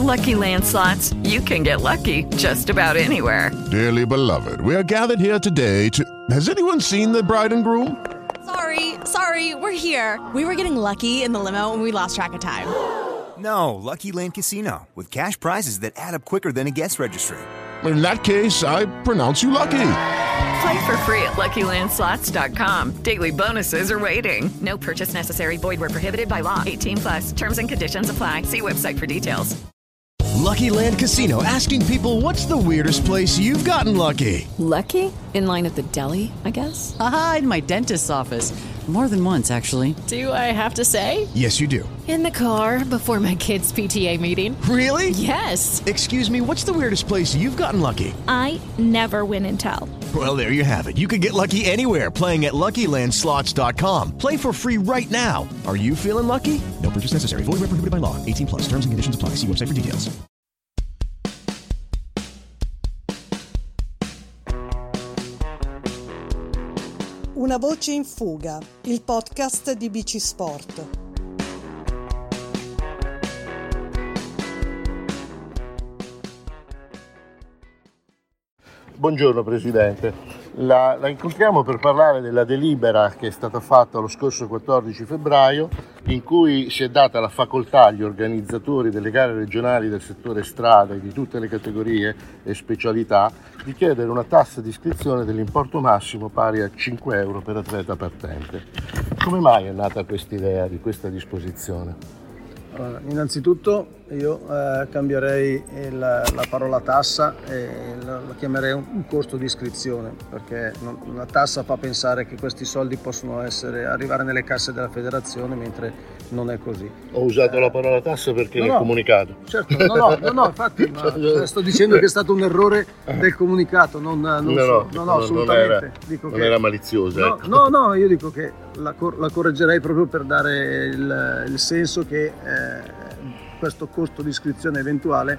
Lucky Land Slots, you can get lucky just about anywhere. Dearly beloved, we are gathered here today to... Has anyone seen the bride and groom? Sorry, we're here. We were getting lucky in the limo and we lost track of time. No, Lucky Land Casino, with cash prizes that add up quicker than a guest registry. In that case, I pronounce you lucky. Play for free at LuckyLandSlots.com. Daily bonuses are waiting. No purchase necessary. Void where prohibited by law. 18+. Terms and conditions apply. See website for details. Lucky Land Casino, asking people, what's the weirdest place you've gotten lucky? Lucky? In line at the deli, I guess? Aha, in my dentist's office. More than once, actually. Do I have to say? Yes, you do. In the car before my kids' PTA meeting. Really? Yes. Excuse me, what's the weirdest place you've gotten lucky? I never win and tell. Well, there you have it. You can get lucky anywhere, playing at LuckyLandSlots.com. Play for free right now. Are you feeling lucky? No purchase necessary. Void where prohibited by law. 18+. Terms and conditions apply. See website for details. Una voce in fuga, il podcast di BC Sport. Buongiorno Presidente, la incontriamo per parlare della delibera che è stata fatta lo scorso 14 febbraio in cui si è data la facoltà agli organizzatori delle gare regionali del settore strada e di tutte le categorie e specialità di chiedere una tassa di iscrizione dell'importo massimo pari a 5 euro per atleta partente. Come mai è nata questa idea di questa disposizione? Allora, innanzitutto io cambierei la parola tassa e la chiamerei un costo di iscrizione, perché una tassa fa pensare che questi soldi possono arrivare nelle casse della federazione, mentre non è così. Ho usato la parola tassa perché nel comunicato. Certo, no, infatti sto dicendo che è stato un errore del comunicato, assolutamente. Non era maliziosa. No, io dico che la correggerei proprio per dare il senso che questo costo di iscrizione eventuale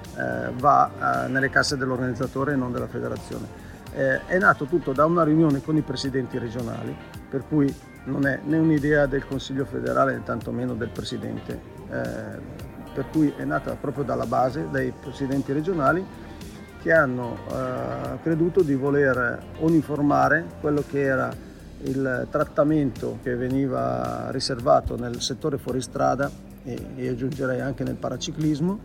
va nelle casse dell'organizzatore e non della federazione. È nato tutto da una riunione con i presidenti regionali, per cui non è né un'idea del Consiglio federale né tantomeno del presidente, per cui è nata proprio dalla base, dai presidenti regionali che hanno creduto di voler uniformare quello che era il trattamento che veniva riservato nel settore fuoristrada e aggiungerei anche nel paraciclismo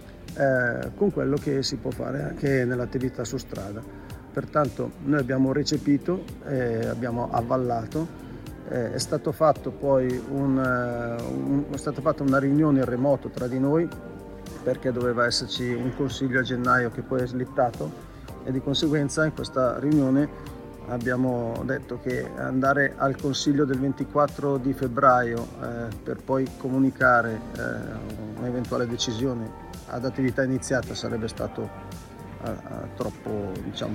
con quello che si può fare anche nell'attività su strada. Pertanto noi abbiamo recepito, abbiamo avvallato, è stata fatta una riunione in remoto tra di noi perché doveva esserci un consiglio a gennaio che poi è slittato e di conseguenza in questa riunione abbiamo detto che andare al consiglio del 24 di febbraio per poi comunicare un'eventuale decisione ad attività iniziata sarebbe stato troppo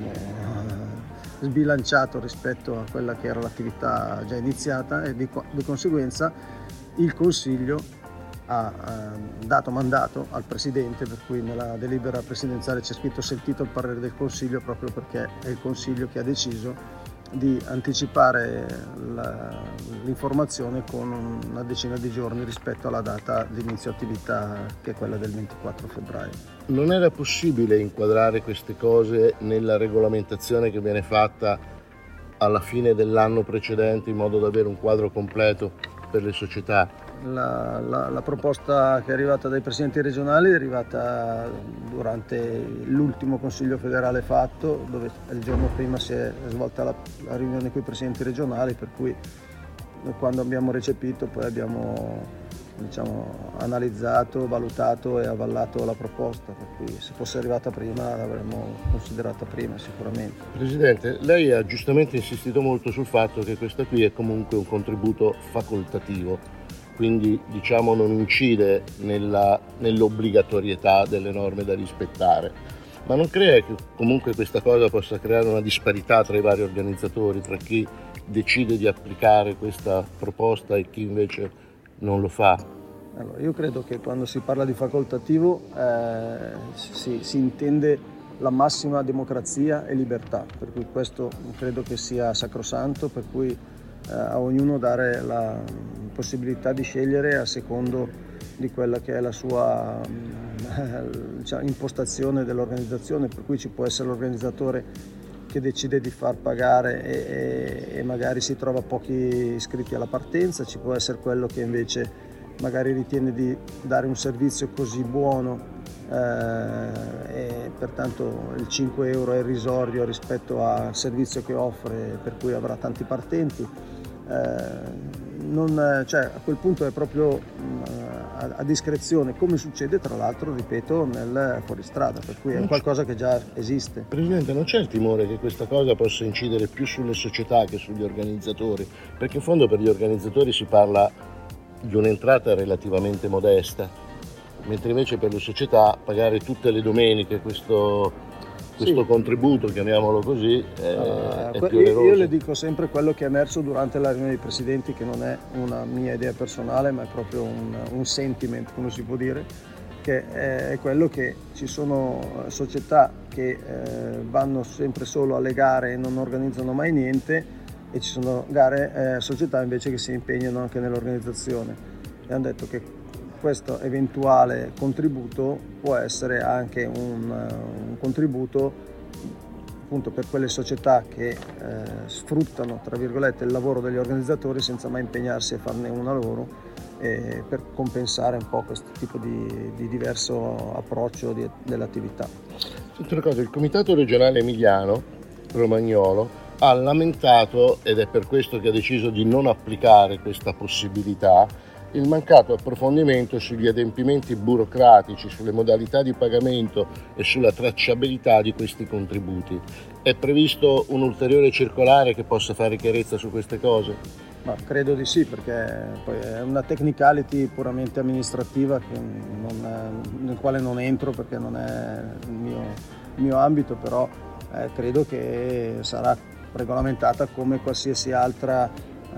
sbilanciato rispetto a quella che era l'attività già iniziata e di conseguenza il Consiglio ha dato mandato al Presidente, per cui nella delibera presidenziale c'è scritto sentito il parere del Consiglio, proprio perché è il Consiglio che ha deciso di anticipare l'informazione con una decina di giorni rispetto alla data di inizio attività che è quella del 24 febbraio. Non era possibile inquadrare queste cose nella regolamentazione che viene fatta alla fine dell'anno precedente in modo da avere un quadro completo per le società? La proposta che è arrivata dai presidenti regionali è arrivata durante l'ultimo Consiglio federale fatto, dove il giorno prima si è svolta la riunione con i presidenti regionali, per cui quando abbiamo recepito poi abbiamo analizzato, valutato e avallato la proposta, per cui se fosse arrivata prima l'avremmo considerata prima sicuramente. Presidente, lei ha giustamente insistito molto sul fatto che questa qui è comunque un contributo facoltativo, quindi non incide nell'obbligatorietà delle norme da rispettare, ma non crede che comunque questa cosa possa creare una disparità tra i vari organizzatori, tra chi decide di applicare questa proposta e chi invece non lo fa? Allora, io credo che quando si parla di facoltativo si intende la massima democrazia e libertà, per cui questo credo che sia sacrosanto, per cui a ognuno dare la possibilità di scegliere a secondo di quella che è la sua impostazione dell'organizzazione, per cui ci può essere l'organizzatore che decide di far pagare e magari si trova pochi iscritti alla partenza, ci può essere quello che invece magari ritiene di dare un servizio così buono e pertanto il 5 euro è irrisorio rispetto al servizio che offre, per cui avrà tanti partenti. A quel punto è proprio a discrezione, come succede tra l'altro, ripeto, nel fuoristrada, per cui è qualcosa che già esiste. Presidente, non c'è il timore che questa cosa possa incidere più sulle società che sugli organizzatori? Perché in fondo per gli organizzatori si parla di un'entrata relativamente modesta, mentre invece per le società pagare tutte le domeniche questo contributo, chiamiamolo così, è più oneroso. Io le dico sempre quello che è emerso durante la riunione dei presidenti, che non è una mia idea personale, ma è proprio un sentiment, come si può dire, che è quello che ci sono società che vanno sempre solo alle gare e non organizzano mai niente, e ci sono società invece che si impegnano anche nell'organizzazione, e hanno detto che questo eventuale contributo può essere anche un contributo appunto per quelle società che sfruttano, tra virgolette, il lavoro degli organizzatori senza mai impegnarsi a farne una loro, per compensare un po' questo tipo di diverso approccio dell'attività. Senti una cosa, il Comitato regionale emiliano romagnolo ha lamentato, ed è per questo che ha deciso di non applicare questa possibilità, il mancato approfondimento sugli adempimenti burocratici, sulle modalità di pagamento e sulla tracciabilità di questi contributi. È previsto un ulteriore circolare che possa fare chiarezza su queste cose? Ma credo di sì, perché poi è una technicality puramente amministrativa nel quale non entro perché non è il mio ambito, però credo che sarà regolamentata come qualsiasi altro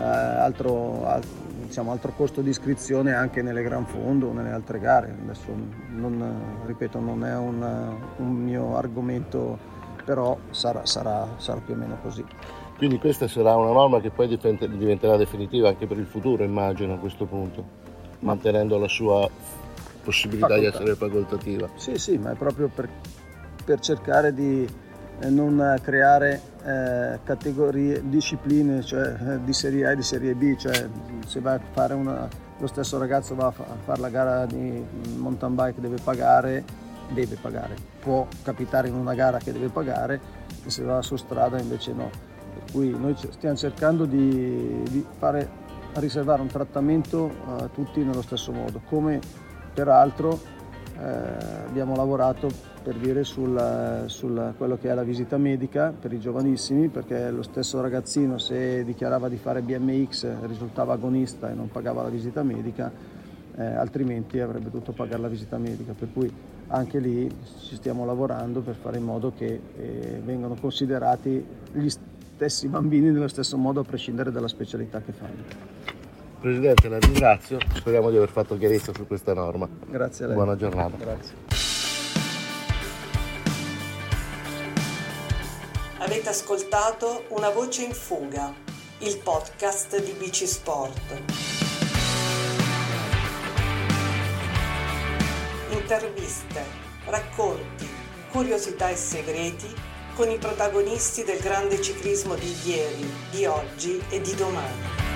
costo di iscrizione anche nelle gran fondo o nelle altre gare. Adesso non è un mio argomento, però sarà più o meno così. Quindi questa sarà una norma che poi diventerà definitiva anche per il futuro, immagino, a questo punto, mantenendo la sua possibilità di essere facoltativa. Sì, ma è proprio per cercare di non creare categorie, discipline, cioè di serie A e di serie B, cioè se va a fare lo stesso ragazzo va a fare la gara di mountain bike deve pagare, può capitare in una gara che deve pagare, e se va su strada invece no, per cui noi stiamo cercando di riservare un trattamento a tutti nello stesso modo, come peraltro abbiamo lavorato per dire sul quello che è la visita medica per i giovanissimi, perché lo stesso ragazzino, se dichiarava di fare BMX, risultava agonista e non pagava la visita medica, altrimenti avrebbe dovuto pagare la visita medica, per cui anche lì ci stiamo lavorando per fare in modo che vengano considerati gli stessi bambini nello stesso modo, a prescindere dalla specialità che fanno. Presidente, la ringrazio, speriamo di aver fatto chiarezza su questa norma. Grazie a lei. Buona giornata. Grazie. Avete ascoltato Una voce in fuga, il podcast di BC Sport. Interviste, racconti, curiosità e segreti con i protagonisti del grande ciclismo di ieri, di oggi e di domani.